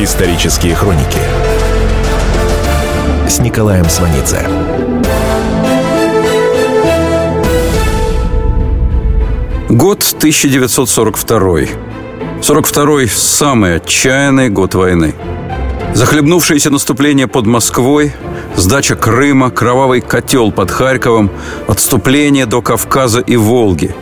Исторические хроники с Николаем Сванидзе. Год 1942. 42-й – самый отчаянный год войны. Захлебнувшееся наступление под Москвой, сдача Крыма, кровавый котел под Харьковом, отступление до Кавказа и Волги.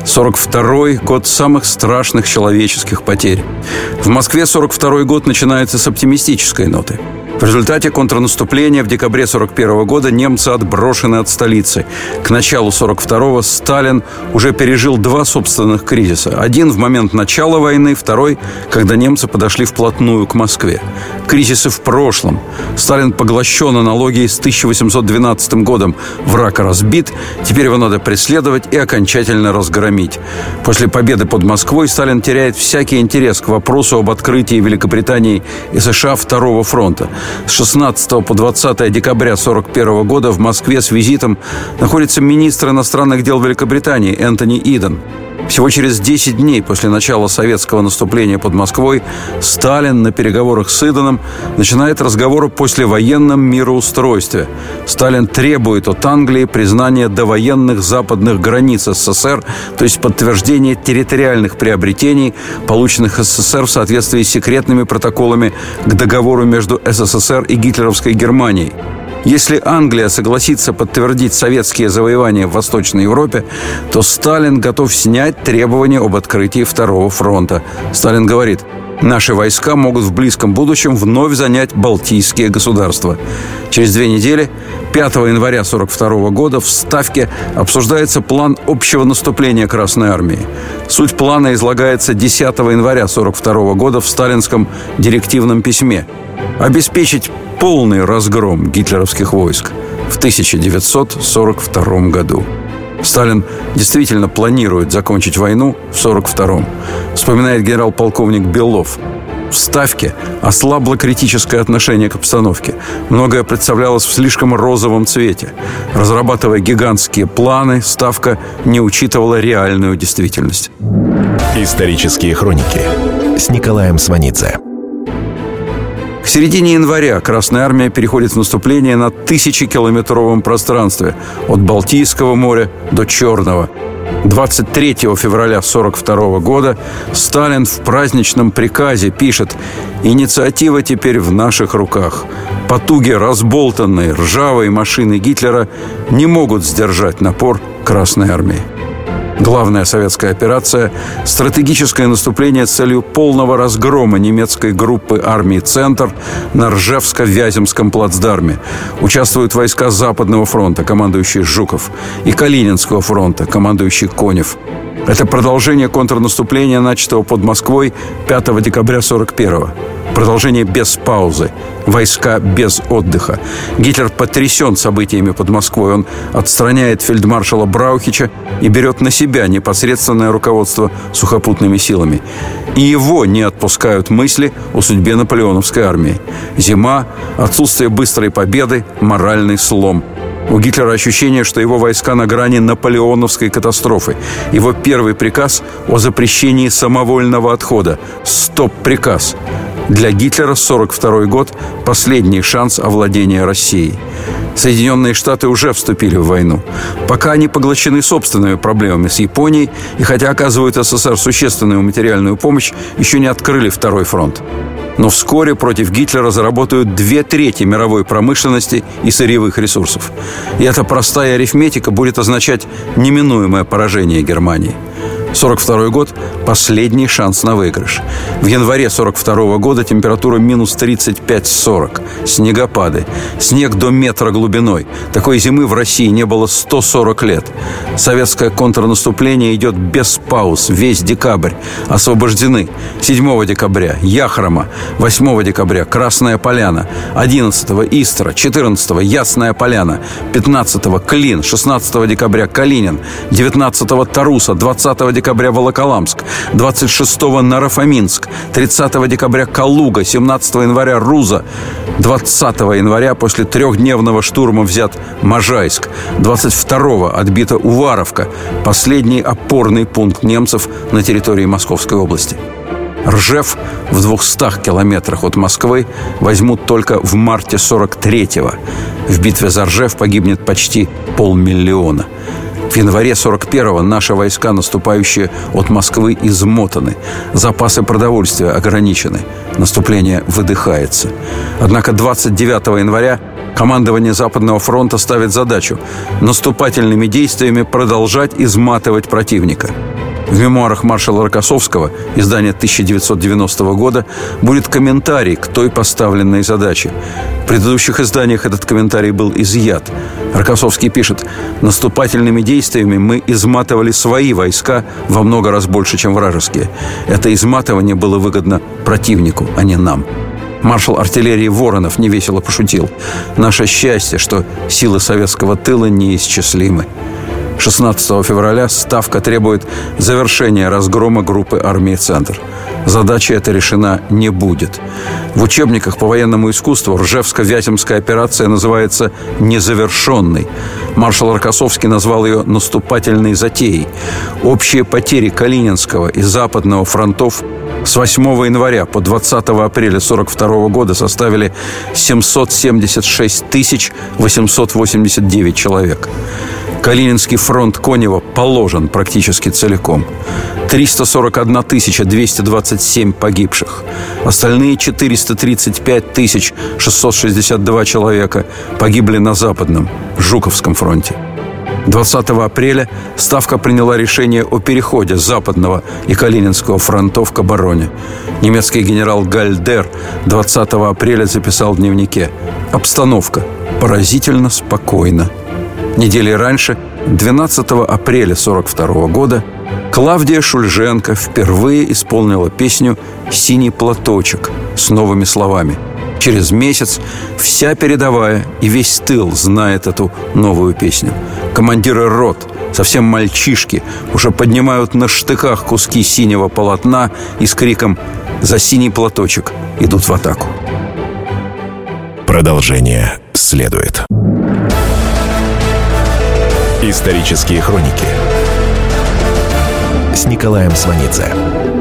42-й – год самых страшных человеческих потерь. В Москве 42-й год начинается с оптимистической ноты. В результате контрнаступления в декабре 1941 года немцы отброшены от столицы. К началу 1942-го Сталин уже пережил два собственных кризиса. Один в момент начала войны, второй, когда немцы подошли вплотную к Москве. Кризисы в прошлом. Сталин поглощен аналогией с 1812 годом. Враг разбит, теперь его надо преследовать и окончательно разгромить. После победы под Москвой Сталин теряет всякий интерес к вопросу об открытии Великобритании и США Второго фронта. С 16 по 20 декабря 1941 года в Москве с визитом находится министр иностранных дел Великобритании Энтони Иден. Всего через 10 дней после начала советского наступления под Москвой Сталин на переговорах с Иденом начинает разговор о послевоенном мироустройстве. Сталин требует от Англии признания довоенных западных границ СССР, то есть подтверждения территориальных приобретений, полученных СССР в соответствии с секретными протоколами к договору между СССР и гитлеровской Германией. Если Англия согласится подтвердить советские завоевания в Восточной Европе, то Сталин готов снять требования об открытии Второго фронта. Сталин говорит: наши войска могут в близком будущем вновь занять Балтийские государства. Через 2 недели, 5 января 1942 года, в Ставке обсуждается план общего наступления Красной Армии. Суть плана излагается 10 января 1942 года в сталинском директивном письме. Обеспечить полный разгром гитлеровских войск в 1942 году. Сталин действительно планирует закончить войну в 1942-м, вспоминает генерал-полковник Белов. В Ставке ослабло критическое отношение к обстановке. Многое представлялось в слишком розовом цвете. Разрабатывая гигантские планы, Ставка не учитывала реальную действительность. Исторические хроники с Николаем Сванидзе. К середине января Красная Армия переходит в наступление на 1000-километровом пространстве от Балтийского моря до Черного. 23 февраля 1942 года Сталин в праздничном приказе пишет: «Инициатива теперь в наших руках. Потуги разболтанной ржавой машины Гитлера не могут сдержать напор Красной Армии». Главная советская операция – стратегическое наступление с целью полного разгрома немецкой группы армий «Центр» на Ржевско-Вяземском плацдарме. Участвуют войска Западного фронта, командующий Жуков, и Калининского фронта, командующий Конев. Это продолжение контрнаступления, начатого под Москвой 5 декабря 1941-го. Продолжение без паузы. Войска без отдыха. Гитлер потрясен событиями под Москвой. Он отстраняет фельдмаршала Браухича и берет на себя непосредственное руководство сухопутными силами. И его не отпускают мысли о судьбе наполеоновской армии. Зима, отсутствие быстрой победы, моральный слом. У Гитлера ощущение, что его войска на грани наполеоновской катастрофы. Его первый приказ о запрещении самовольного отхода. Стоп-приказ. Для Гитлера 1942 год – последний шанс овладения Россией. Соединенные Штаты уже вступили в войну. Пока они поглощены собственными проблемами с Японией, и хотя оказывают СССР существенную материальную помощь, еще не открыли Второй фронт. Но вскоре против Гитлера заработают 2/3 мировой промышленности и сырьевых ресурсов. И эта простая арифметика будет означать неминуемое поражение Германии. 1942 год – последний шанс на выигрыш. В январе 1942 года температура минус 35-40. Снегопады. Снег до метра глубиной. Такой зимы в России не было 140 лет. Советское контрнаступление идет без пауз весь декабрь. Освобождены 7 декабря Яхрома, 8 декабря Красная Поляна, 11 Истра, 14 Ясная Поляна, 15 Клин, 16 декабря Калинин, 19 Таруса, 20 декабря Волоколамск, 26-го Наро-Фоминск, 30 декабря Калуга, 17 января Руза, 20 января после 3-дневного штурма взят Можайск, 22-го отбита Уваровка, последний опорный пункт немцев на территории Московской области. Ржев в 200 километрах от Москвы возьмут только в марте 43-го. В битве за Ржев погибнет почти 500 000. В январе 41-го наши войска, наступающие от Москвы, измотаны. Запасы продовольствия ограничены. Наступление выдыхается. Однако 29 января командование Западного фронта ставит задачу наступательными действиями продолжать изматывать противника. В мемуарах маршала Рокоссовского, издание 1990 года, будет комментарий к той поставленной задаче. В предыдущих изданиях этот комментарий был изъят. Рокоссовский пишет: «Наступательными действиями мы изматывали свои войска во много раз больше, чем вражеские. Это изматывание было выгодно противнику, а не нам». Маршал артиллерии Воронов невесело пошутил: «Наше счастье, что силы советского тыла неисчислимы». 16 февраля Ставка требует завершения разгрома группы армии «Центр». Задача эта решена не будет. В учебниках по военному искусству Ржевско-Вяземская операция называется «незавершенной». Маршал Рокоссовский назвал ее «наступательной затеей». Общие потери Калининского и Западного фронтов с 8 января по 20 апреля 1942 года составили 776 889 человек. Калининский фронт Конева положен практически целиком. 341 227 погибших. Остальные 435 662 человека погибли на Западном, Жуковском фронте. 20 апреля Ставка приняла решение о переходе Западного и Калининского фронтов к обороне. Немецкий генерал Гальдер 20 апреля записал в дневнике: «Обстановка поразительно спокойна». Недели раньше, 12 апреля 1942 года, Клавдия Шульженко впервые исполнила песню «Синий платочек» с новыми словами. Через месяц вся передовая и весь тыл знает эту новую песню. Командиры рот, совсем мальчишки, уже поднимают на штыках куски синего полотна и с криком «За синий платочек» идут в атаку. Продолжение следует. Исторические хроники с Николаем Сванидзе.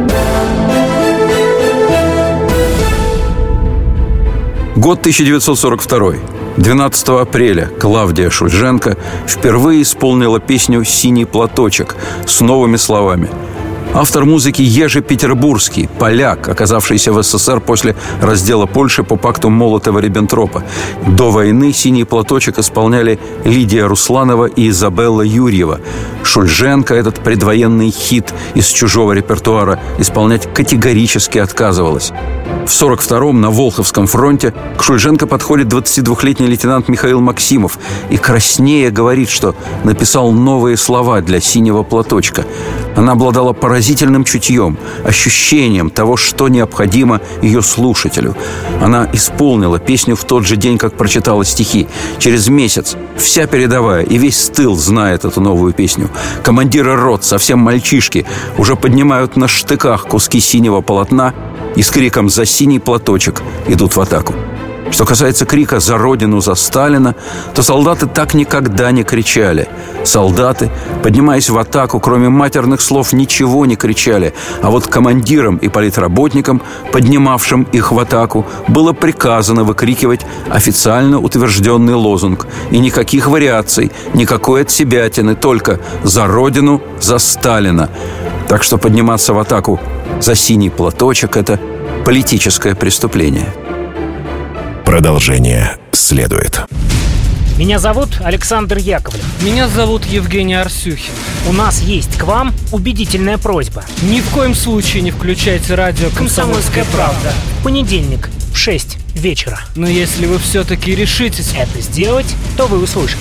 Год 1942. 12 апреля Клавдия Шульженко впервые исполнила песню «Синий платочек» с новыми словами. Автор музыки Ежи Петербургский, поляк, оказавшийся в СССР после раздела Польши по пакту Молотова-Риббентропа. До войны «Синий платочек» исполняли Лидия Русланова и Изабелла Юрьева. Шульженко этот предвоенный хит из чужого репертуара исполнять категорически отказывалась. В 1942-м на Волховском фронте к Шульженко подходит 22-летний лейтенант Михаил Максимов и краснея говорит, что написал новые слова для «Синего платочка». Она обладала поразительным чутьем, ощущением того, что необходимо ее слушателю. Она исполнила песню в тот же день, как прочитала стихи. Через месяц вся передовая и весь тыл знает эту новую песню. Командиры рот, совсем мальчишки, уже поднимают на штыках куски синего полотна и с криком «За синий платочек» идут в атаку. Что касается крика «За Родину, за Сталина», то солдаты так никогда не кричали. Солдаты, поднимаясь в атаку, кроме матерных слов, ничего не кричали. А вот командирам и политработникам, поднимавшим их в атаку, было приказано выкрикивать официально утвержденный лозунг. И никаких вариаций, никакой отсебятины, только «За Родину, за Сталина». Так что подниматься в атаку за синий платочек – это политическое преступление. Продолжение следует. Меня зовут Александр Яковлев. Меня зовут Евгений Арсюхин. У нас есть к вам убедительная просьба. Ни в коем случае не включайте радио «Комсомольская правда». В понедельник в 6 вечера. Но если вы все-таки решитесь это сделать, то вы услышите.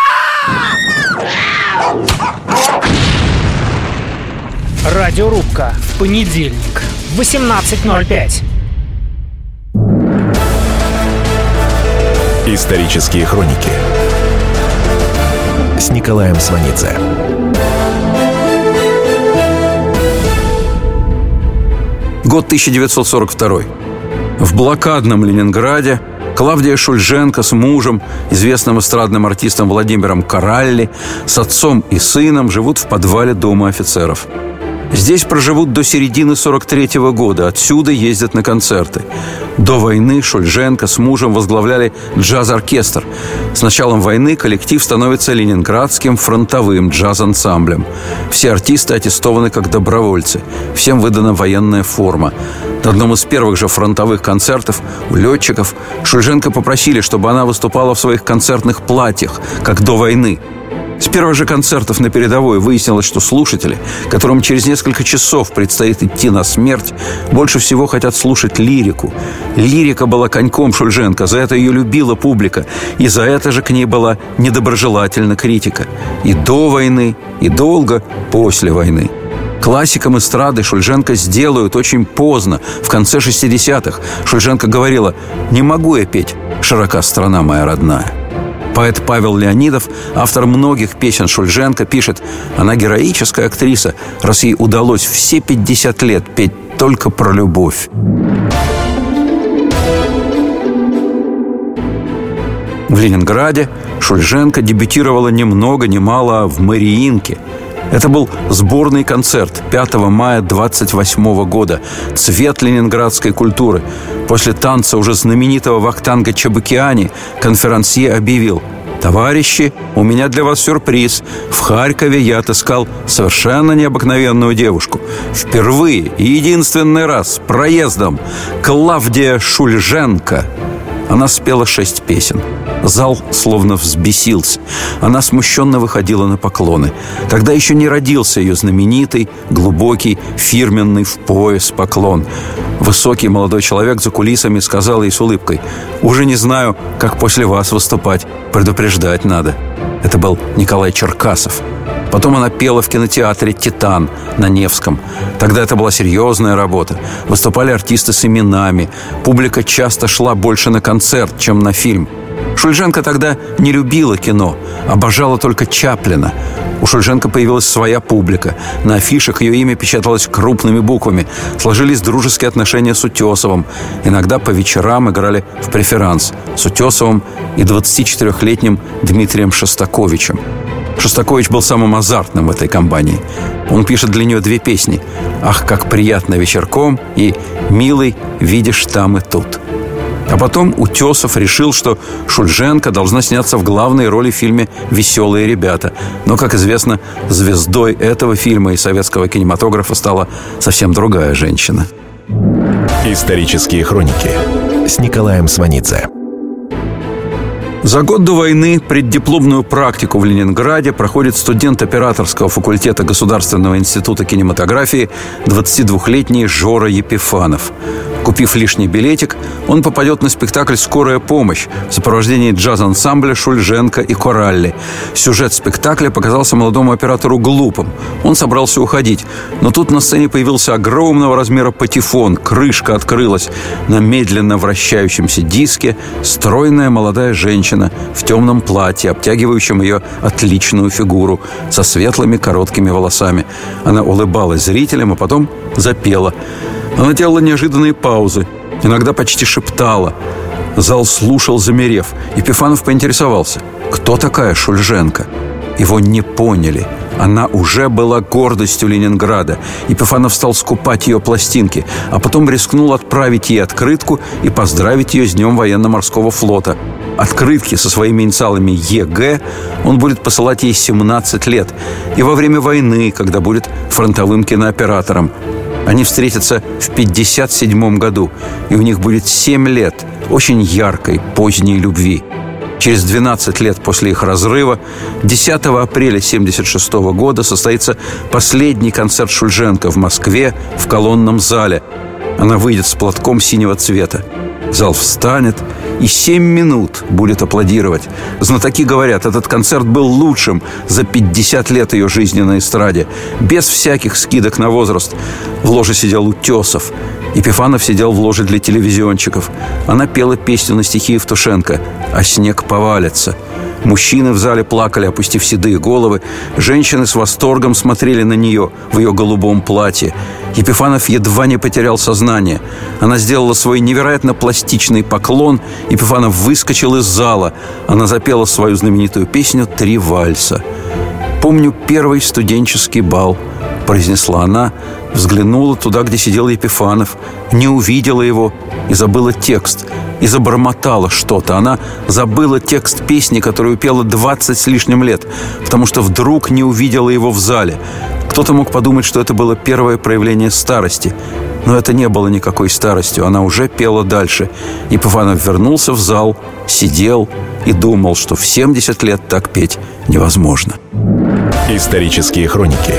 Радиорубка. В понедельник в 18:05. Исторические хроники с Николаем Сванидзе. Год 1942. В блокадном Ленинграде Клавдия Шульженко с мужем, известным эстрадным артистом Владимиром Коралли, с отцом и сыном живут в подвале Дома офицеров. Здесь проживут до середины 43-го года. Отсюда ездят на концерты. До войны Шульженко с мужем возглавляли джаз-оркестр. С началом войны коллектив становится ленинградским фронтовым джаз-ансамблем. Все артисты аттестованы как добровольцы. Всем выдана военная форма. На одном из первых же фронтовых концертов у летчиков Шульженко попросили, чтобы она выступала в своих концертных платьях, как до войны. С первых же концертов на передовой выяснилось, что слушатели, которым через несколько часов предстоит идти на смерть, больше всего хотят слушать лирику. Лирика была коньком Шульженко, за это ее любила публика, и за это же к ней была недоброжелательна критика. И до войны, и долго после войны. Классиком эстрады Шульженко сделают очень поздно, в конце 60-х. Шульженко говорила: «Не могу я петь «Широка страна моя родная». Поэт Павел Леонидов, автор многих песен Шульженко, пишет: «Она героическая актриса, раз ей удалось все 50 лет петь только про любовь». В Ленинграде Шульженко дебютировала ни много ни мало в «Мариинке». Это был сборный концерт 5 мая 1928 года. Цвет ленинградской культуры. После танца уже знаменитого Вахтанга Чебыкиани конферансье объявил: «Товарищи, у меня для вас сюрприз. В Харькове я отыскал совершенно необыкновенную девушку. Впервые и единственный раз проездом. Клавдия Шульженко». Она спела 6 песен. Зал словно взбесился. Она смущенно выходила на поклоны. Тогда еще не родился ее знаменитый, глубокий, фирменный в пояс поклон. Высокий молодой человек за кулисами сказал ей с улыбкой: «Уже не знаю, как после вас выступать. Предупреждать надо». Это был Николай Черкасов. Потом она пела в кинотеатре «Титан» на Невском. Тогда это была серьезная работа. Выступали артисты с именами. Публика часто шла больше на концерт, чем на фильм. Шульженко тогда не любила кино, обожала только Чаплина. У Шульженко появилась своя публика. На афишах ее имя печаталось крупными буквами. Сложились дружеские отношения с Утесовым. Иногда по вечерам играли в преферанс с Утесовым и 24-летним Дмитрием Шостаковичем. Шостакович был самым азартным в этой компании. Он пишет для нее 2 песни: «Ах, как приятно вечерком» и «Милый, видишь там и тут». А потом Утесов решил, что Шульженко должна сняться в главной роли в фильме «Веселые ребята». Но, как известно, звездой этого фильма и советского кинематографа стала совсем другая женщина. Исторические хроники с Николаем Сванидзе. За год до войны преддипломную практику в Ленинграде проходит студент операторского факультета Государственного института кинематографии 22-летний Жора Епифанов. Купив лишний билетик, он попадет на спектакль «Скорая помощь» в сопровождении джаз-ансамбля Шульженко и Коралли. Сюжет спектакля показался молодому оператору глупым. Он собрался уходить, но тут на сцене появился огромного размера патефон. Крышка открылась. На медленно вращающемся диске стройная молодая женщина в темном платье, обтягивающем ее отличную фигуру, со светлыми короткими волосами. Она улыбалась зрителям, а потом запела. Она делала неожиданные паузы, иногда почти шептала. Зал слушал, замерев. Епифанов поинтересовался: кто такая Шульженко? Его не поняли. Она уже была гордостью Ленинграда. Епифанов стал скупать ее пластинки, а потом рискнул отправить ей открытку и поздравить ее с Днем военно-морского флота. Открытки со своими инициалами ЕГ он будет посылать ей 17 лет. И во время войны, когда будет фронтовым кинооператором. Они встретятся в 1957 году, и у них будет 7 лет очень яркой поздней любви. Через 12 лет после их разрыва, 10 апреля 1976 года, состоится последний концерт Шульженко в Москве в колонном зале. Она выйдет с платком синего цвета. Зал встанет и 7 минут будет аплодировать. Знатоки говорят, этот концерт был лучшим за 50 лет ее жизни на эстраде. Без всяких скидок на возраст. В ложе сидел Утесов. Епифанов сидел в ложе для телевизионщиков. Она пела песню на стихи Евтушенко «А снег повалится». Мужчины в зале плакали, опустив седые головы. Женщины с восторгом смотрели на нее в ее голубом платье. Епифанов едва не потерял сознание. Она сделала свой невероятно пластичный поклон. Епифанов выскочил из зала. Она запела свою знаменитую песню «Три вальса». Помню первый студенческий бал. произнесла она, взглянула туда, где сидел Епифанов, не увидела его и забыла текст, и забормотала что-то. Она забыла текст песни, которую пела 20 с лишним лет, потому что вдруг не увидела его в зале. Кто-то мог подумать, что это было первое проявление старости. Но это не было никакой старостью. Она уже пела дальше. Епифанов вернулся в зал, сидел и думал, что в 70 лет так петь невозможно. Исторические хроники.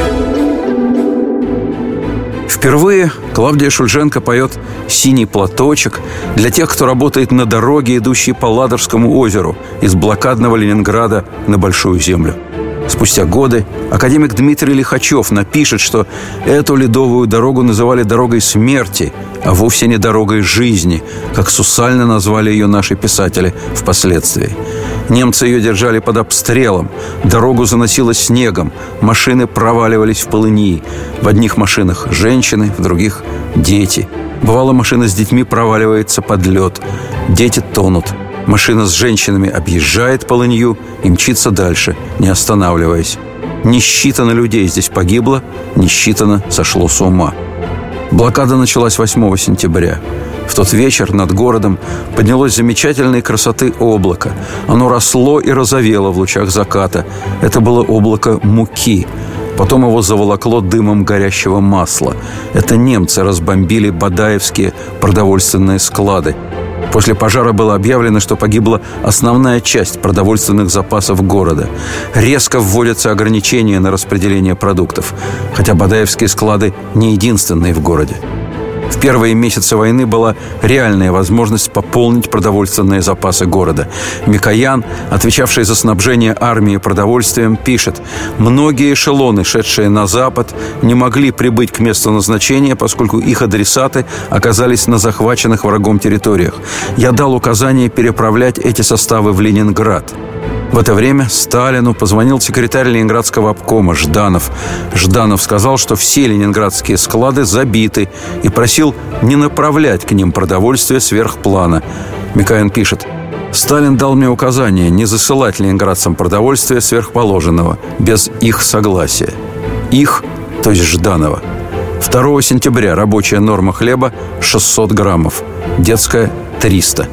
Впервые Клавдия Шульженко поет «Синий платочек» для тех, кто работает на дороге, идущей по Ладожскому озеру из блокадного Ленинграда на Большую Землю. Спустя годы академик Дмитрий Лихачев напишет, что эту ледовую дорогу называли «дорогой смерти», а вовсе не «дорогой жизни», как сусально назвали ее наши писатели впоследствии. Немцы ее держали под обстрелом, дорогу заносило снегом, машины проваливались в полыньи. В одних машинах женщины, в других – дети. Бывало, машина с детьми проваливается под лед, дети тонут. Машина с женщинами объезжает полынью и мчится дальше, не останавливаясь. Не считано людей здесь погибло, не считано сошло с ума. Блокада началась 8 сентября. В тот вечер над городом поднялось замечательной красоты облако. Оно росло и розовело в лучах заката. Это было облако муки. Потом его заволокло дымом горящего масла. Это немцы разбомбили бадаевские продовольственные склады. После пожара было объявлено, что погибла основная часть продовольственных запасов города. Резко вводятся ограничения на распределение продуктов, хотя бадаевские склады не единственные в городе. В первые месяцы войны была реальная возможность пополнить продовольственные запасы города. Микоян, отвечавший за снабжение армии продовольствием, пишет: «Многие эшелоны, шедшие на запад, не могли прибыть к месту назначения, поскольку их адресаты оказались на захваченных врагом территориях. Я дал указание переправлять эти составы в Ленинград». В это время Сталину позвонил секретарь Ленинградского обкома Жданов. Жданов сказал, что все ленинградские склады забиты, и просил не направлять к ним продовольствие сверх плана. Микоян пишет: «Сталин дал мне указание не засылать ленинградцам продовольствие сверхположенного, без их согласия». Их, то есть Жданова. 2 сентября рабочая норма хлеба 600 граммов, детская – 300.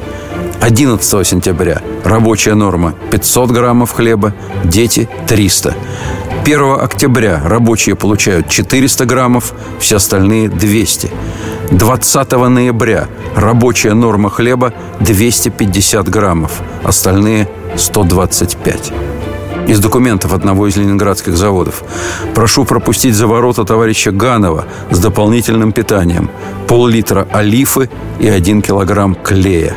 11 сентября рабочая норма 500 граммов хлеба, дети – 300. 1 октября рабочие получают 400 граммов, все остальные – 200. 20 ноября рабочая норма хлеба 250 граммов, остальные – 125. Из документов одного из ленинградских заводов: «Прошу пропустить за ворота товарища Ганова с дополнительным питанием: пол-литра олифы и 1 килограмм клея».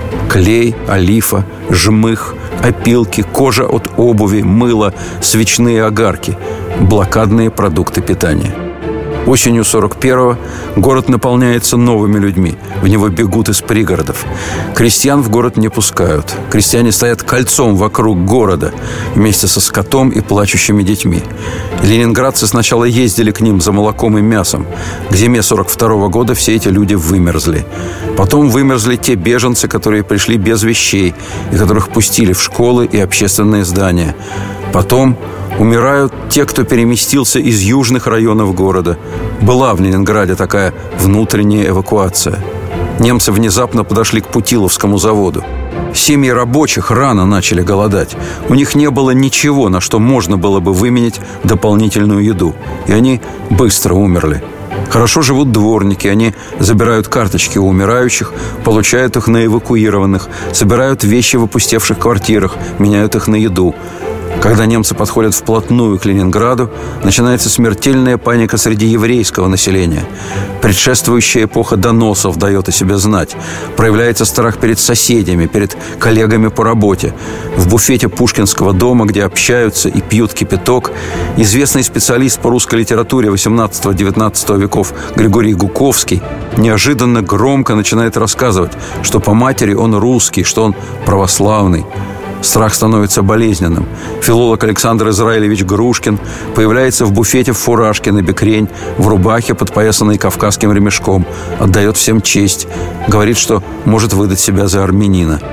Клей, олифа, жмых, опилки, кожа от обуви, мыло, свечные огарки – блокадные продукты питания. Осенью 41-го город наполняется новыми людьми. В него бегут из пригородов. Крестьян в город не пускают. Крестьяне стоят кольцом вокруг города вместе со скотом и плачущими детьми. Ленинградцы сначала ездили к ним за молоком и мясом. К зиме 42-го года все эти люди вымерзли. Потом вымерзли те беженцы, которые пришли без вещей и которых пустили в школы и общественные здания. Потом умирают те, кто переместился из южных районов города. Была в Ленинграде такая внутренняя эвакуация. Немцы внезапно подошли к Путиловскому заводу. Семьи рабочих рано начали голодать. У них не было ничего, на что можно было бы выменять дополнительную еду. И они быстро умерли. Хорошо живут дворники. Они забирают карточки у умирающих, получают их на эвакуированных, собирают вещи в опустевших квартирах, меняют их на еду. Когда немцы подходят вплотную к Ленинграду, начинается смертельная паника среди еврейского населения. Предшествующая эпоха доносов дает о себе знать. Проявляется страх перед соседями, перед коллегами по работе. В буфете Пушкинского дома, где общаются и пьют кипяток, известный специалист по русской литературе XVIII-XIX веков Григорий Гуковский неожиданно громко начинает рассказывать, что по матери он русский, что он православный. Страх становится болезненным. Филолог Александр Израилевич Грушкин появляется в буфете в фуражке на бекрень, в рубахе, подпоясанной кавказским ремешком, отдает всем честь, говорит, что может выдать себя за армянина.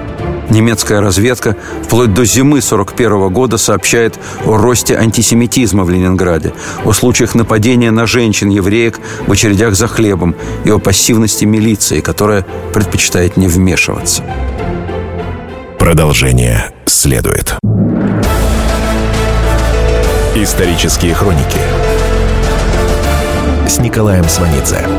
Немецкая разведка вплоть до зимы 1941 года сообщает о росте антисемитизма в Ленинграде, о случаях нападения на женщин-евреек в очередях за хлебом и о пассивности милиции, которая предпочитает не вмешиваться. Продолжение следует. Исторические хроники с Николаем Сванидзе.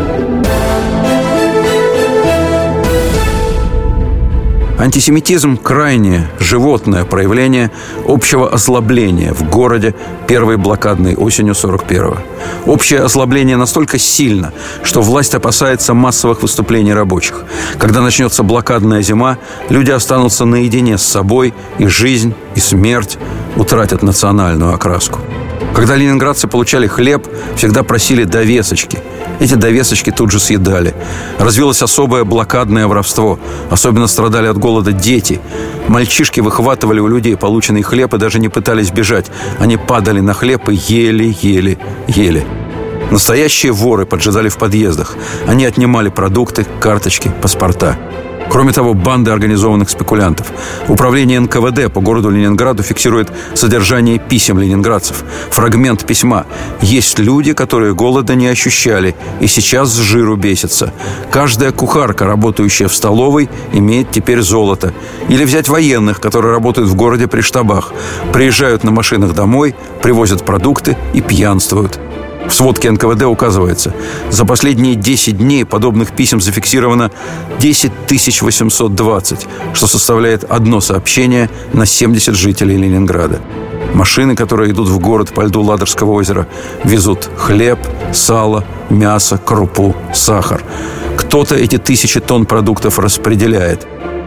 Антисемитизм – крайнее животное проявление общего озлобления в городе первой блокадной осенью 41-го. Общее озлобление настолько сильно, что власть опасается массовых выступлений рабочих. Когда начнется блокадная зима, люди останутся наедине с собой, и жизнь, и смерть утратят национальную окраску. Когда ленинградцы получали хлеб, всегда просили довесочки. Эти довесочки тут же съедали. Развилось особое блокадное воровство. Особенно страдали от голода дети. Мальчишки выхватывали у людей полученный хлеб и даже не пытались бежать. Они падали на хлеб и ели. Настоящие воры поджидали в подъездах. Они отнимали продукты, карточки, паспорта. Кроме того, банды организованных спекулянтов. Управление НКВД по городу Ленинграду фиксирует содержание писем ленинградцев. Фрагмент письма. Есть люди, которые голода не ощущали и сейчас с жиру бесятся. Каждая кухарка, работающая в столовой, имеет теперь золото. Или взять военных, которые работают в городе при штабах. Приезжают на машинах домой, привозят продукты и пьянствуют. В сводке НКВД указывается, за последние 10 дней подобных писем зафиксировано 10 820, что составляет одно сообщение на 70 жителей Ленинграда. Машины, которые идут в город по льду Ладожского озера, везут хлеб, сало, мясо, крупу, сахар. Кто-то эти 1000 тонн продуктов распределяет.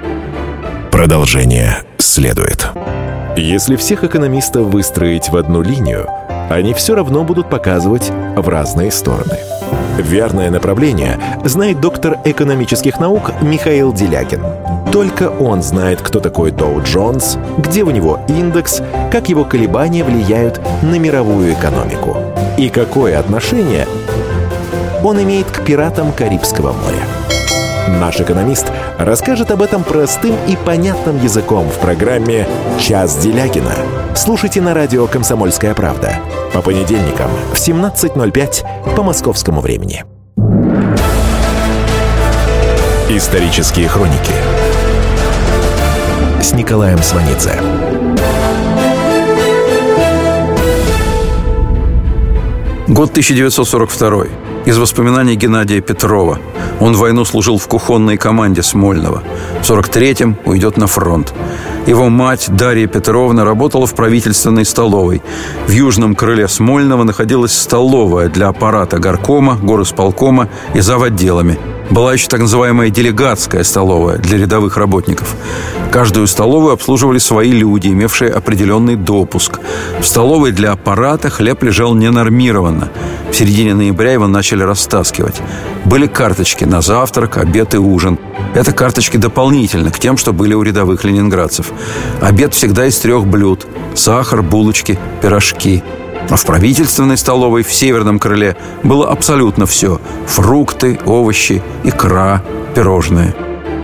Продолжение следует. Если всех экономистов выстроить в одну линию, они все равно будут показывать в разные стороны. Верное направление знает доктор экономических наук Михаил Делякин. Только он знает, кто такой Доу Джонс, где у него индекс, как его колебания влияют на мировую экономику и какое отношение он имеет к пиратам Карибского моря. Наш экономист расскажет об этом простым и понятным языком в программе «Час Делякина». Слушайте на радио «Комсомольская правда» по понедельникам в 17:05 по московскому времени. Исторические хроники с Николаем Сванидзе. Год 1942. Из воспоминаний Геннадия Петрова. Он в войну служил в кухонной команде Смольного. В 1943-м уйдет на фронт. Его мать Дарья Петровна работала в правительственной столовой. В южном крыле Смольного находилась столовая для аппарата горкома, горисполкома и завотделами. Была еще так называемая делегатская столовая для рядовых работников. Каждую столовую обслуживали свои люди, имевшие определенный допуск. В столовой для аппарата хлеб лежал ненормированно. В середине ноября его начали растаскивать. Были карточки на завтрак, обед и ужин. Это карточки дополнительно к тем, что были у рядовых ленинградцев. Обед всегда из 3 блюд: сахар, булочки, пирожки. А в правительственной столовой в северном крыле было абсолютно все: фрукты, овощи, икра, пирожные.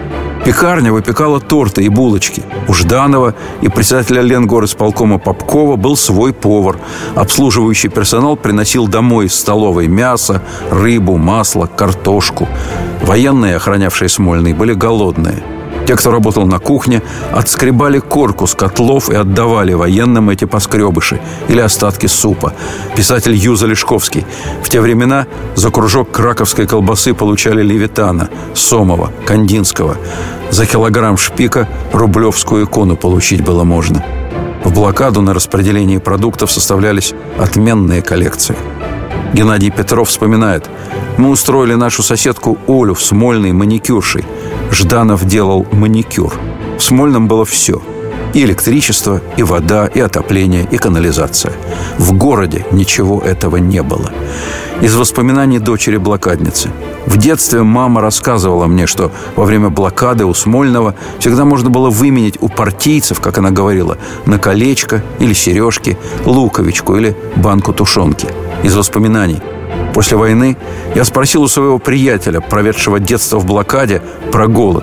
Пекарня выпекала торты и булочки. У Жданова и председателя Ленгорисполкома Попкова был свой повар. Обслуживающий персонал приносил домой из столовой мясо, рыбу, масло, картошку. Военные, охранявшие Смольный, были голодные. Те, кто работал на кухне, отскребали корку с котлов и отдавали военным эти поскребыши или остатки супа. Писатель Юза Лешковский: в те времена за кружок краковской колбасы получали Левитана, Сомова, Кандинского. За килограмм шпика рублевскую икону получить было можно. В блокаду на распределении продуктов составлялись отменные коллекции. Геннадий Петров вспоминает: мы устроили нашу соседку Олю в Смольной маникюршей. Жданов делал маникюр. В Смольном было все: и электричество, и вода, и отопление, и канализация. В городе ничего этого не было. Из воспоминаний дочери блокадницы: в детстве мама рассказывала мне, что во время блокады у Смольного всегда можно было выменять у партийцев, как она говорила, на колечко или сережки, луковичку или банку тушенки. Из воспоминаний: после войны я спросил у своего приятеля, проведшего детство в блокаде, про голод.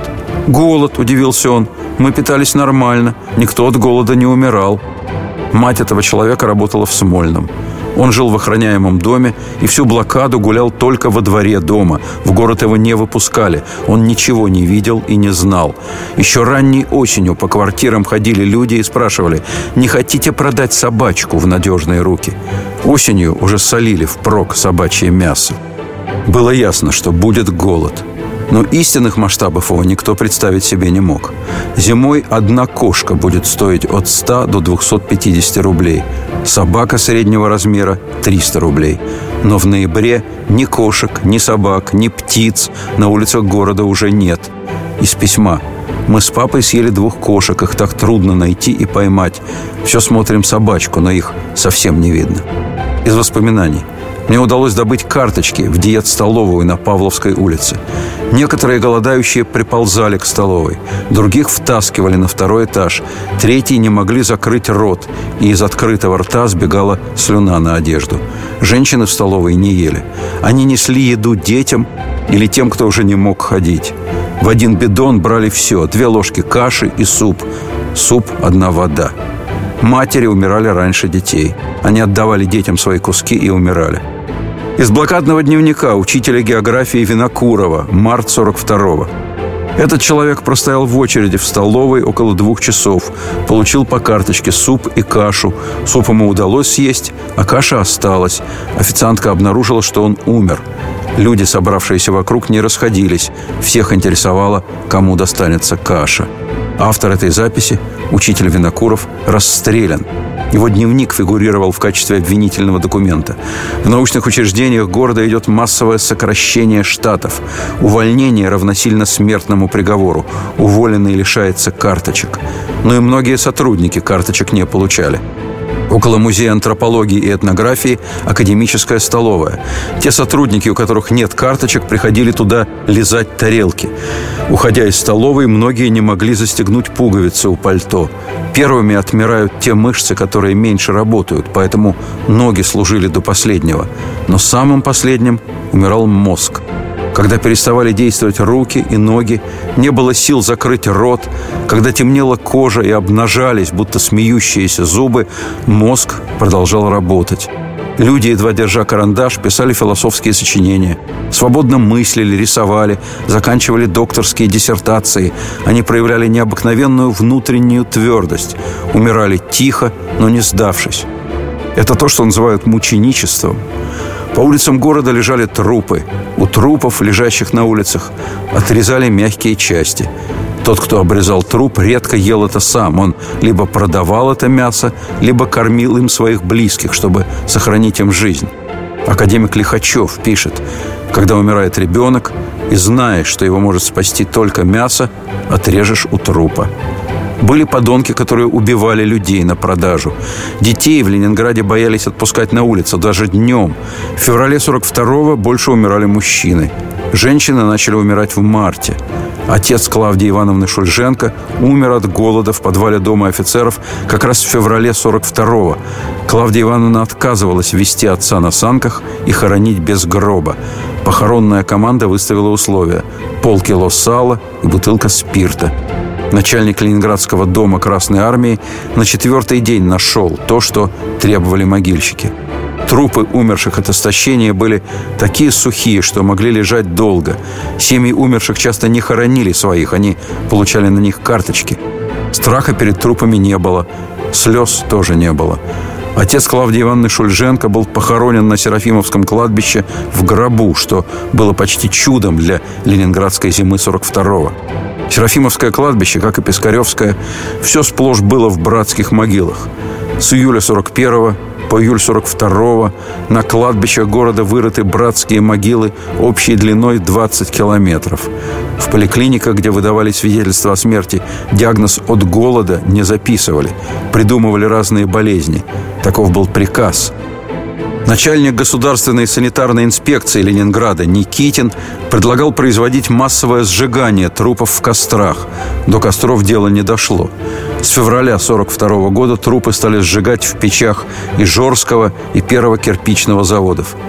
«Голод», – удивился он. «Мы питались нормально, никто от голода не умирал». Мать этого человека работала в Смольном. Он жил в охраняемом доме и всю блокаду гулял только во дворе дома. В город его не выпускали. Он ничего не видел и не знал. Еще ранней осенью по квартирам ходили люди и спрашивали: «Не хотите продать собачку в надежные руки?» Осенью уже солили впрок собачье мясо. Было ясно, что будет голод. Но истинных масштабов его никто представить себе не мог. Зимой одна кошка будет стоить от 100 до 250 рублей. Собака среднего размера – 300 рублей. Но в ноябре ни кошек, ни собак, ни птиц на улицах города уже нет. Из письма: «Мы с папой съели 2 кошек, их так трудно найти и поймать. Все смотрим собачку, но их совсем не видно». Из воспоминаний: «Мне удалось добыть карточки в диет-столовую на Павловской улице. Некоторые голодающие приползали к столовой, других втаскивали на 2-й этаж, третьи не могли закрыть рот, и из открытого рта сбегала слюна на одежду. Женщины в столовой не ели. Они несли еду детям или тем, кто уже не мог ходить. В один бидон брали все: 2 ложки каши и суп. Суп – 1 вода. Матери умирали раньше детей. Они отдавали детям свои куски и умирали». Из блокадного дневника учителя географии Винокурова, март 42-го. Этот человек простоял в очереди в столовой около 2 часов. Получил по карточке суп и кашу. Суп ему удалось съесть, а каша осталась. Официантка обнаружила, что он умер. Люди, собравшиеся вокруг, не расходились. Всех интересовало, кому достанется каша. Автор этой записи, учитель Винокуров, расстрелян. Его дневник фигурировал в качестве обвинительного документа. В научных учреждениях города идет массовое сокращение штатов. Увольнение равносильно смертному приговору. Уволенный лишается карточек. Но и многие сотрудники карточек не получали. Около музея антропологии и этнографии академическая столовая. Те сотрудники, у которых нет карточек, приходили туда лизать тарелки. Уходя из столовой, многие не могли застегнуть пуговицы у пальто. Первыми отмирают те мышцы, которые меньше работают, поэтому ноги служили до последнего. Но самым последним умирал мозг. Когда переставали действовать руки и ноги, не было сил закрыть рот, когда темнела кожа и обнажались, будто смеющиеся зубы, мозг продолжал работать. Люди, едва держа карандаш, писали философские сочинения, свободно мыслили, рисовали, заканчивали докторские диссертации. Они проявляли необыкновенную внутреннюю твердость, умирали тихо, но не сдавшись. Это то, что называют мученичеством. По улицам города лежали трупы. У трупов, лежащих на улицах, отрезали мягкие части. Тот, кто обрезал труп, редко ел это сам. Он либо продавал это мясо, либо кормил им своих близких, чтобы сохранить им жизнь. Академик Лихачев пишет: «Когда умирает ребенок, и знаешь, что его может спасти только мясо, отрежешь у трупа». Были подонки, которые убивали людей на продажу. Детей в Ленинграде боялись отпускать на улицу, даже днем. В феврале 42-го больше умирали мужчины. Женщины начали умирать в марте. Отец Клавдии Ивановны Шульженко умер от голода в подвале дома офицеров как раз в феврале 42-го. Клавдия Ивановна отказывалась везти отца на санках и хоронить без гроба. Похоронная команда выставила условия: полкило сала и бутылка спирта. Начальник Ленинградского дома Красной Армии на 4-й день нашел то, что требовали могильщики. Трупы умерших от истощения были такие сухие, что могли лежать долго. Семьи умерших часто не хоронили своих, они получали на них карточки. Страха перед трупами не было, слез тоже не было. Отец Клавдии Ивановны Шульженко был похоронен на Серафимовском кладбище в гробу, что было почти чудом для ленинградской зимы 42-го. Серафимовское кладбище, как и Пискаревское, все сплошь было в братских могилах. С июля 41-го по июль 42-го на кладбищах города вырыты братские могилы общей длиной 20 километров. В поликлиниках, где выдавали свидетельства о смерти, диагноз от голода не записывали. Придумывали разные болезни. Таков был приказ. Начальник государственной санитарной инспекции Ленинграда Никитин предлагал производить массовое сжигание трупов в кострах. До костров дело не дошло. С февраля 1942 года трупы стали сжигать в печах Ижорского и Первого кирпичного заводов.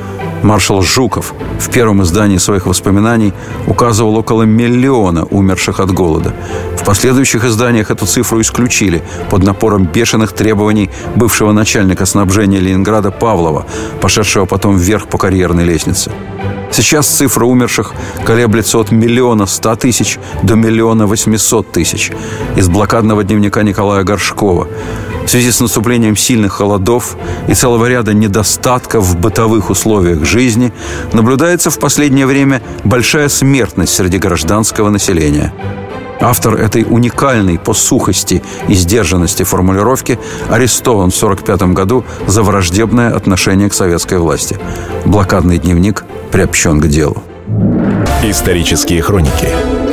Маршал Жуков в первом издании своих воспоминаний указывал около 1 миллиона умерших от голода. В последующих изданиях эту цифру исключили под напором бешеных требований бывшего начальника снабжения Ленинграда Павлова, пошедшего потом вверх по карьерной лестнице. Сейчас цифра умерших колеблется от 1 100 000 до 1 800 000 из блокадного дневника Николая Горшкова. В связи с наступлением сильных холодов и целого ряда недостатков в бытовых условиях жизни наблюдается в последнее время большая смертность среди гражданского населения. Автор этой уникальной по сухости и сдержанности формулировки арестован в 1945 году за враждебное отношение к советской власти. Блокадный дневник приобщен к делу. Исторические хроники.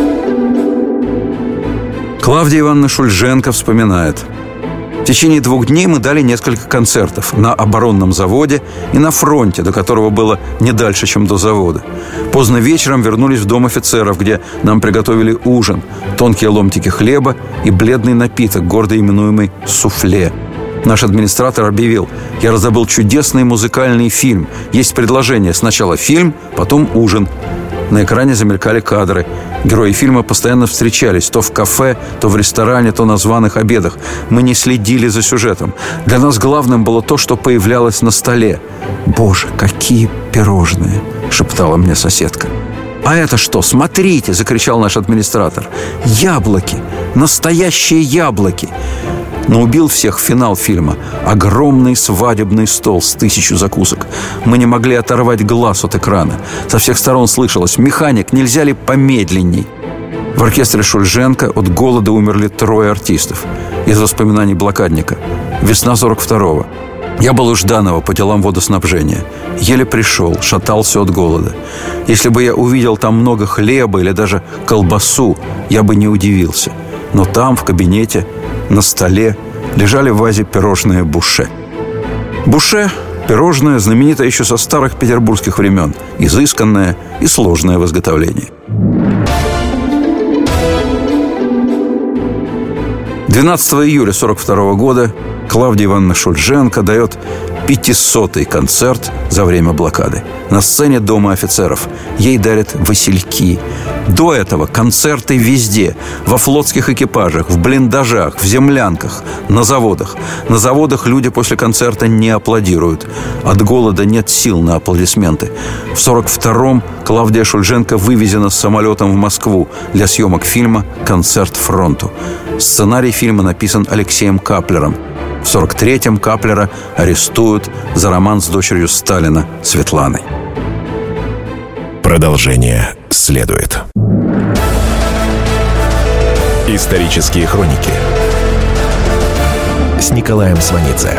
Клавдия Ивановна Шульженко вспоминает: в течение 2 дней мы дали несколько концертов на оборонном заводе и на фронте, до которого было не дальше, чем до завода. Поздно вечером вернулись в дом офицеров, где нам приготовили ужин, тонкие ломтики хлеба и бледный напиток, гордо именуемый суфле. Наш администратор объявил: я раздобыл чудесный музыкальный фильм. Есть предложение: сначала фильм, потом ужин. На экране замелькали кадры. Герои фильма постоянно встречались то в кафе, то в ресторане, то на званых обедах. Мы не следили за сюжетом. Для нас главным было то, что появлялось на столе. «Боже, какие пирожные!» – шептала мне соседка. «А это что? Смотрите!» – закричал наш администратор. «Яблоки! Настоящие яблоки!» Но убил всех финал фильма. Огромный свадебный стол с 1000 закусок. Мы не могли оторвать глаз от экрана. Со всех сторон слышалось: «Механик, нельзя ли помедленней?» В оркестре Шульженко от голода умерли 3 артистов. Из воспоминаний блокадника. Весна 42-го. Я был у Жданова по делам водоснабжения. Еле пришел, шатался от голода. Если бы я увидел там много хлеба или даже колбасу, я бы не удивился. Но там, в кабинете, на столе лежали в вазе пирожные Буше. Буше – пирожное, знаменитое еще со старых петербургских времен, изысканное и сложное в изготовлении. 12 июля 1942 года Клавдия Ивановна Шульженко дает 500-й концерт за время блокады. На сцене Дома офицеров. Ей дарят васильки. До этого концерты везде. Во флотских экипажах, в блиндажах, в землянках, на заводах. На заводах люди после концерта не аплодируют. От голода нет сил на аплодисменты. В 1942-м Клавдия Шульженко вывезена с самолетом в Москву для съемок фильма «Концерт фронту». Сценарий фильма написан Алексеем Каплером. В 1943-м Каплера арестуют за роман с дочерью Сталина Светланой. Продолжение следует. Исторические хроники с Николаем Сванидзе.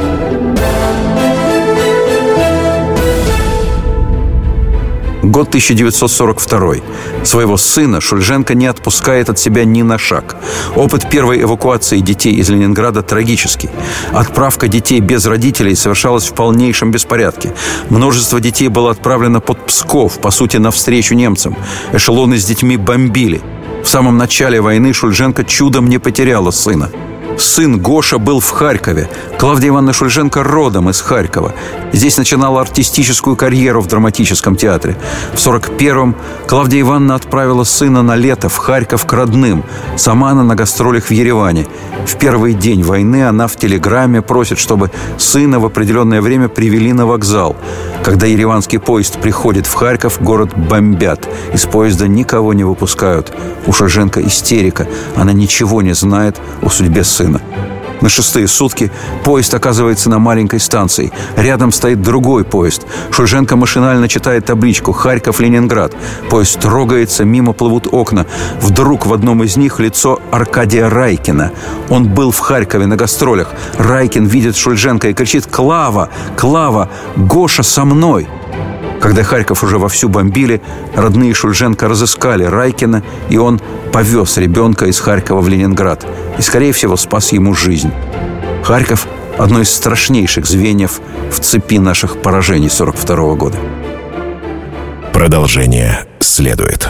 Год 1942. Своего сына Шульженко не отпускает от себя ни на шаг. Опыт первой эвакуации детей из Ленинграда трагический. Отправка детей без родителей совершалась в полнейшем беспорядке. Множество детей было отправлено под Псков, по сути, навстречу немцам. Эшелоны с детьми бомбили. В самом начале войны Шульженко чудом не потеряла сына. Сын Гоша был в Харькове. Клавдия Ивановна Шульженко родом из Харькова. Здесь начинала артистическую карьеру в драматическом театре. В 1941-м Клавдия Ивановна отправила сына на лето в Харьков к родным. Сама она на гастролях в Ереване. В первый день войны она в телеграмме просит, чтобы сына в определенное время привели на вокзал. Когда ереванский поезд приходит в Харьков, город бомбят. Из поезда никого не выпускают. У Шульженко истерика. Она ничего не знает о судьбе сына. На 6-е сутки поезд оказывается на маленькой станции. Рядом стоит другой поезд. Шульженко машинально читает табличку «Харьков-Ленинград». Поезд трогается, мимо плывут окна. Вдруг в одном из них лицо Аркадия Райкина. Он был в Харькове на гастролях. Райкин видит Шульженко и кричит: «Клава! Клава! Гоша со мной!» Когда Харьков уже вовсю бомбили, родные Шульженко разыскали Райкина, и он повез ребенка из Харькова в Ленинград. И, скорее всего, спас ему жизнь. Харьков – одно из страшнейших звеньев в цепи наших поражений 1942 года. Продолжение следует.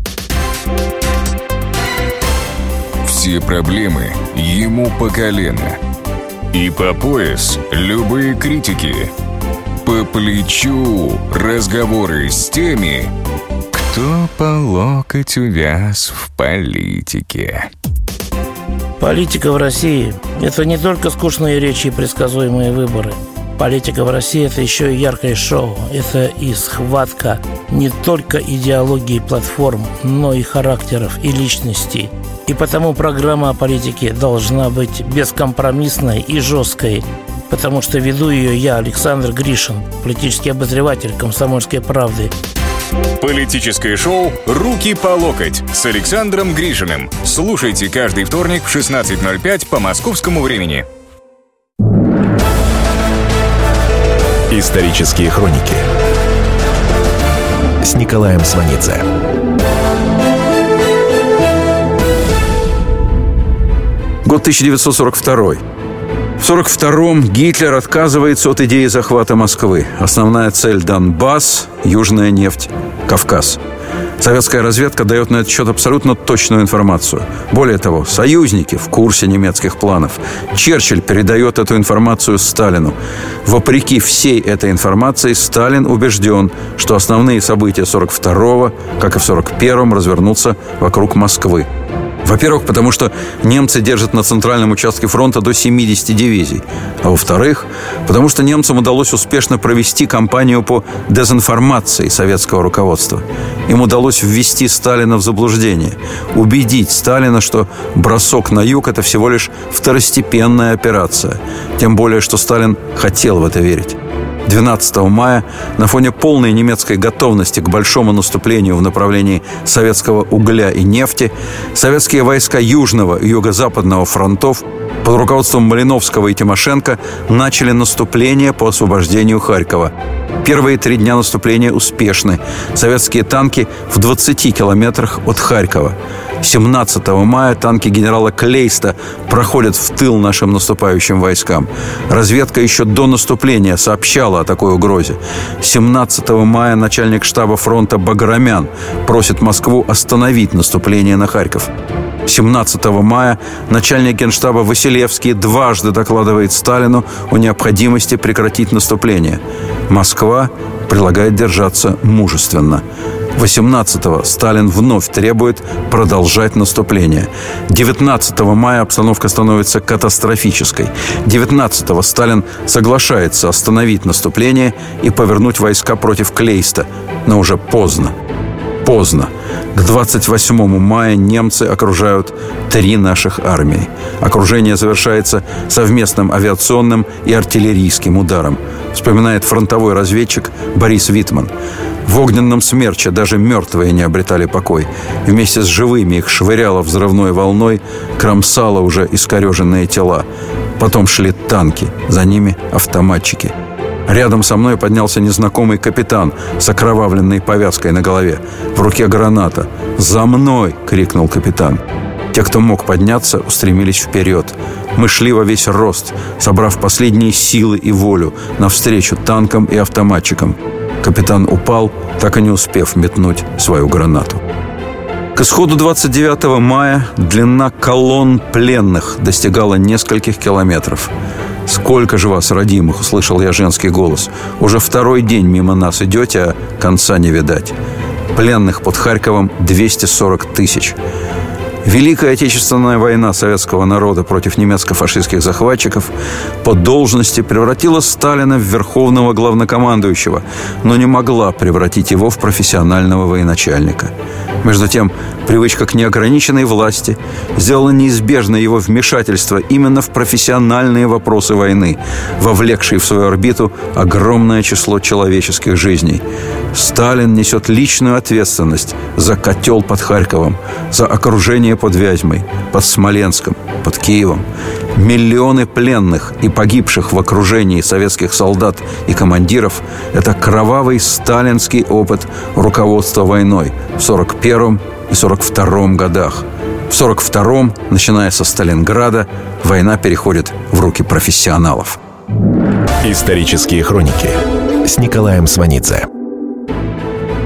Все проблемы ему по колено. И по пояс любые критики. по плечу разговоры с теми, кто по локоть увяз в политике. Политика в России – это не только скучные речи и предсказуемые выборы. Политика в России – это еще и яркое шоу. Это и схватка не только идеологии платформ, но и характеров и личностей. И потому программа о политике должна быть бескомпромиссной и жесткой, потому что веду ее я, Александр Гришин, политический обозреватель «Комсомольской правды». Политическое шоу «Руки по локоть» с Александром Гришиным. Слушайте каждый вторник в 16:05 по московскому времени. Исторические хроники с Николаем Сванидзе. Год 1942. В 1942-м Гитлер отказывается от идеи захвата Москвы. Основная цель – Донбасс, Южная нефть, Кавказ. Советская разведка дает на этот счет абсолютно точную информацию. Более того, союзники в курсе немецких планов. Черчилль передает эту информацию Сталину. Вопреки всей этой информации, Сталин убежден, что основные события 1942-го, как и в 1941-м, развернутся вокруг Москвы. Во-первых, потому что немцы держат на центральном участке фронта до 70 дивизий. А во-вторых, потому что немцам удалось успешно провести кампанию по дезинформации советского руководства. Им удалось ввести Сталина в заблуждение, убедить Сталина, что бросок на юг – это всего лишь второстепенная операция. Тем более, что Сталин хотел в это верить. 12 мая на фоне полной немецкой готовности к большому наступлению в направлении советского угля и нефти советские войска Южного и Юго-Западного фронтов под руководством Малиновского и Тимошенко начали наступление по освобождению Харькова. Первые 3 дня наступления успешны. Советские танки в 20 километрах от Харькова. 17 мая танки генерала Клейста проходят в тыл нашим наступающим войскам. Разведка еще до наступления сообщала о такой угрозе. 17 мая начальник штаба фронта Баграмян просит Москву остановить наступление на Харьков. 17 мая начальник генштаба Василевский дважды докладывает Сталину о необходимости прекратить наступление. Москва предлагает держаться мужественно. 18-го Сталин вновь требует продолжать наступление. 19 мая обстановка становится катастрофической. 19-го Сталин соглашается остановить наступление и повернуть войска против Клейста. Но уже поздно. К 28 мая немцы окружают 3 наших армии. Окружение завершается совместным авиационным и артиллерийским ударом, вспоминает фронтовой разведчик Борис Витман. В огненном смерче даже мертвые не обретали покой. Вместе с живыми их швыряло взрывной волной, кромсало уже искореженные тела. Потом шли танки, за ними автоматчики. Рядом со мной поднялся незнакомый капитан с окровавленной повязкой на голове. В руке граната. «За мной!» — крикнул капитан. Те, кто мог подняться, устремились вперед. Мы шли во весь рост, собрав последние силы и волю навстречу танкам и автоматчикам. Капитан упал, так и не успев метнуть свою гранату. К исходу 29 мая длина колонн пленных достигала нескольких километров. «Сколько же вас, родимых?» — услышал я женский голос. «Уже 2-й день мимо нас идете, а конца не видать». Пленных под Харьковом 240 тысяч. Великая Отечественная война советского народа против немецко-фашистских захватчиков по должности превратила Сталина в верховного главнокомандующего, но не могла превратить его в профессионального военачальника. Между тем, привычка к неограниченной власти сделала неизбежно его вмешательство именно в профессиональные вопросы войны, вовлекшие в свою орбиту огромное число человеческих жизней. Сталин несет личную ответственность за котел под Харьковом, за окружение под Вязьмой, под Смоленском, под Киевом. Миллионы пленных и погибших в окружении советских солдат и командиров – это кровавый сталинский опыт руководства войной в 1941 и 1942 годах. В 1942, начиная со Сталинграда, война переходит в руки профессионалов. Исторические хроники с Николаем Сванидзе.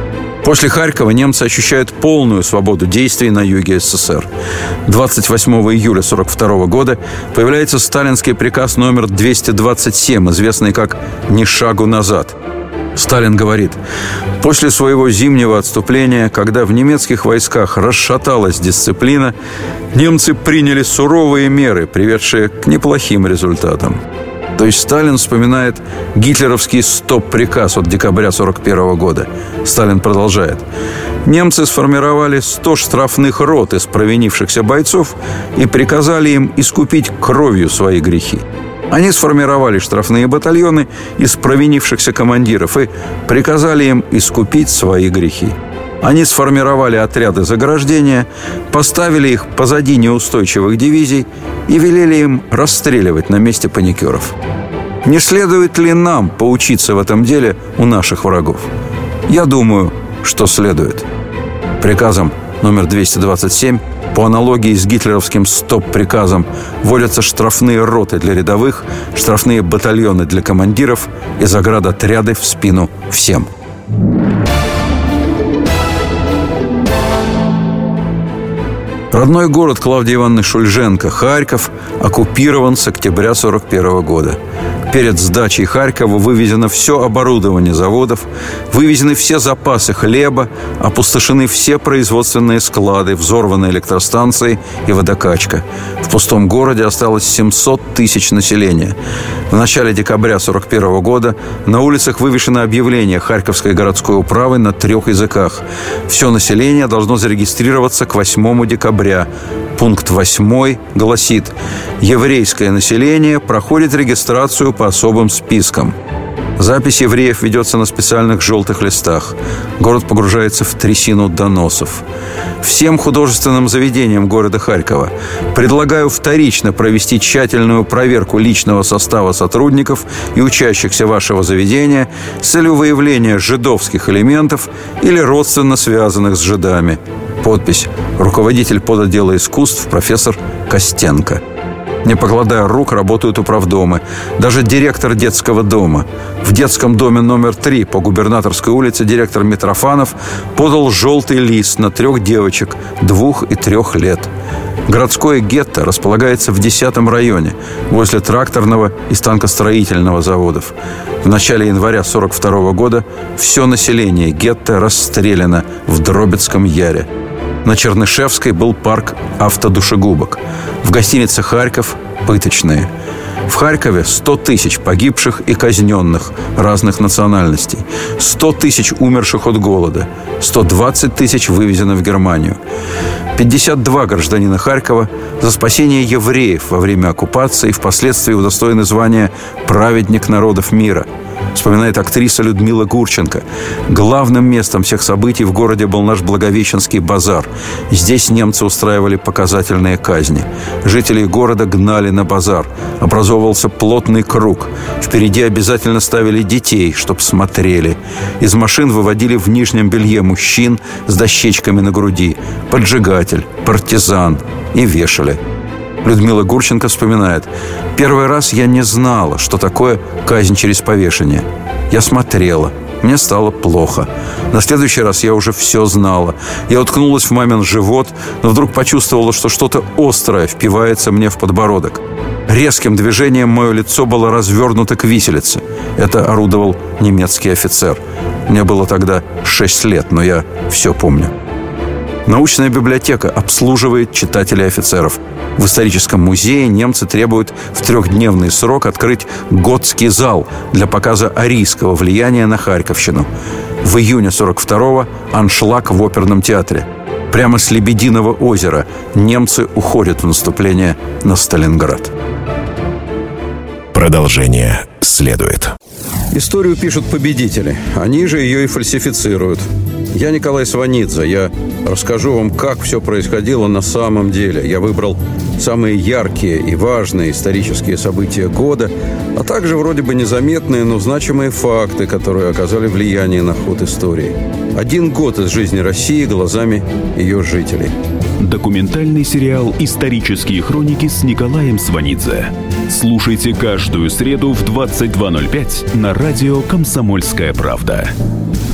После Харькова немцы ощущают полную свободу действий на юге СССР. 28 июля 1942 года появляется сталинский приказ номер 227, известный как «Ни шагу назад». Сталин говорит: после своего зимнего отступления, когда в немецких войсках расшаталась дисциплина, немцы приняли суровые меры, приведшие к неплохим результатам. То есть Сталин вспоминает гитлеровский стоп-приказ от декабря 1941 года. Сталин продолжает: немцы сформировали 100 штрафных рот из провинившихся бойцов и приказали им искупить кровью свои грехи. Они сформировали штрафные батальоны из провинившихся командиров и приказали им искупить свои грехи. Они сформировали отряды заграждения, поставили их позади неустойчивых дивизий и велели им расстреливать на месте паникеров. Не следует ли нам поучиться в этом деле у наших врагов? Я думаю, что следует. Приказом номер 227 по аналогии с гитлеровским стоп-приказом вводятся штрафные роты для рядовых, штрафные батальоны для командиров и заградотряды в спину всем. Родной город Клавдии Ивановны Шульженко, Харьков, оккупирован с октября 1941 года. Перед сдачей Харькова вывезено все оборудование заводов, вывезены все запасы хлеба, опустошены все производственные склады, взорваны электростанции и водокачка. В пустом городе осталось 700 тысяч населения. В начале декабря 1941 года на улицах вывешено объявление Харьковской городской управы на 3 языках. Все население должно зарегистрироваться к 8 декабря. Пункт 8 гласит: еврейское население проходит регистрацию по особым спискам. Запись евреев ведется на специальных желтых листах. Город погружается в трясину доносов. Всем художественным заведениям города Харькова предлагаю вторично провести тщательную проверку личного состава сотрудников и учащихся вашего заведения с целью выявления жидовских элементов или родственно связанных с жидами. Подпись: руководитель подотдела искусств профессор Костенко. Не покладая рук, работают управдомы. Даже директор детского дома. В детском доме номер 3 по Губернаторской улице директор Митрофанов подал желтый лист на 3 девочек 2 и 3 лет. Городское гетто располагается в 10-м районе, возле тракторного и станкостроительного заводов. В начале января 1942 года все население гетто расстреляно в Дробицком Яре. На Чернышевской был парк автодушегубок. В гостинице «Харьков» – пыточные. В Харькове 100 тысяч погибших и казненных разных национальностей, 100 тысяч умерших от голода, 120 тысяч вывезено в Германию. 52 гражданина Харькова за спасение евреев во время оккупации впоследствии удостоены звания «Праведник народов мира». Вспоминает актриса Людмила Гурченко. Главным местом всех событий в городе был наш Благовещенский базар. Здесь немцы устраивали показательные казни. Жителей города гнали на базар. Образовывался плотный круг. Впереди обязательно ставили детей, чтоб смотрели. Из машин выводили в нижнем белье мужчин с дощечками на груди. Поджигатель, партизан. И вешали. Людмила Гурченко вспоминает: «Первый раз я не знала, что такое казнь через повешение. Я смотрела. Мне стало плохо. На следующий раз я уже все знала. Я уткнулась в мамин живот, но вдруг почувствовала, что что-то острое впивается мне в подбородок. Резким движением мое лицо было развернуто к виселице. Это орудовал немецкий офицер. Мне было тогда 6 лет, но я все помню». Научная библиотека обслуживает читателей офицеров. В историческом музее немцы требуют в 3-дневный срок открыть готский зал для показа арийского влияния на Харьковщину. В июне 1942-го аншлаг в оперном театре. Прямо с Лебединого озера немцы уходят в наступление на Сталинград. Продолжение следует. Историю пишут победители. Они же ее и фальсифицируют. Я Николай Сванидзе. Я расскажу вам, как все происходило на самом деле. Я выбрал самые яркие и важные исторические события года, а также вроде бы незаметные, но значимые факты, которые оказали влияние на ход истории. 1 год из жизни России глазами ее жителей. Документальный сериал «Исторические хроники» с Николаем Сванидзе. Слушайте каждую среду в 22:05 на радио «Комсомольская правда».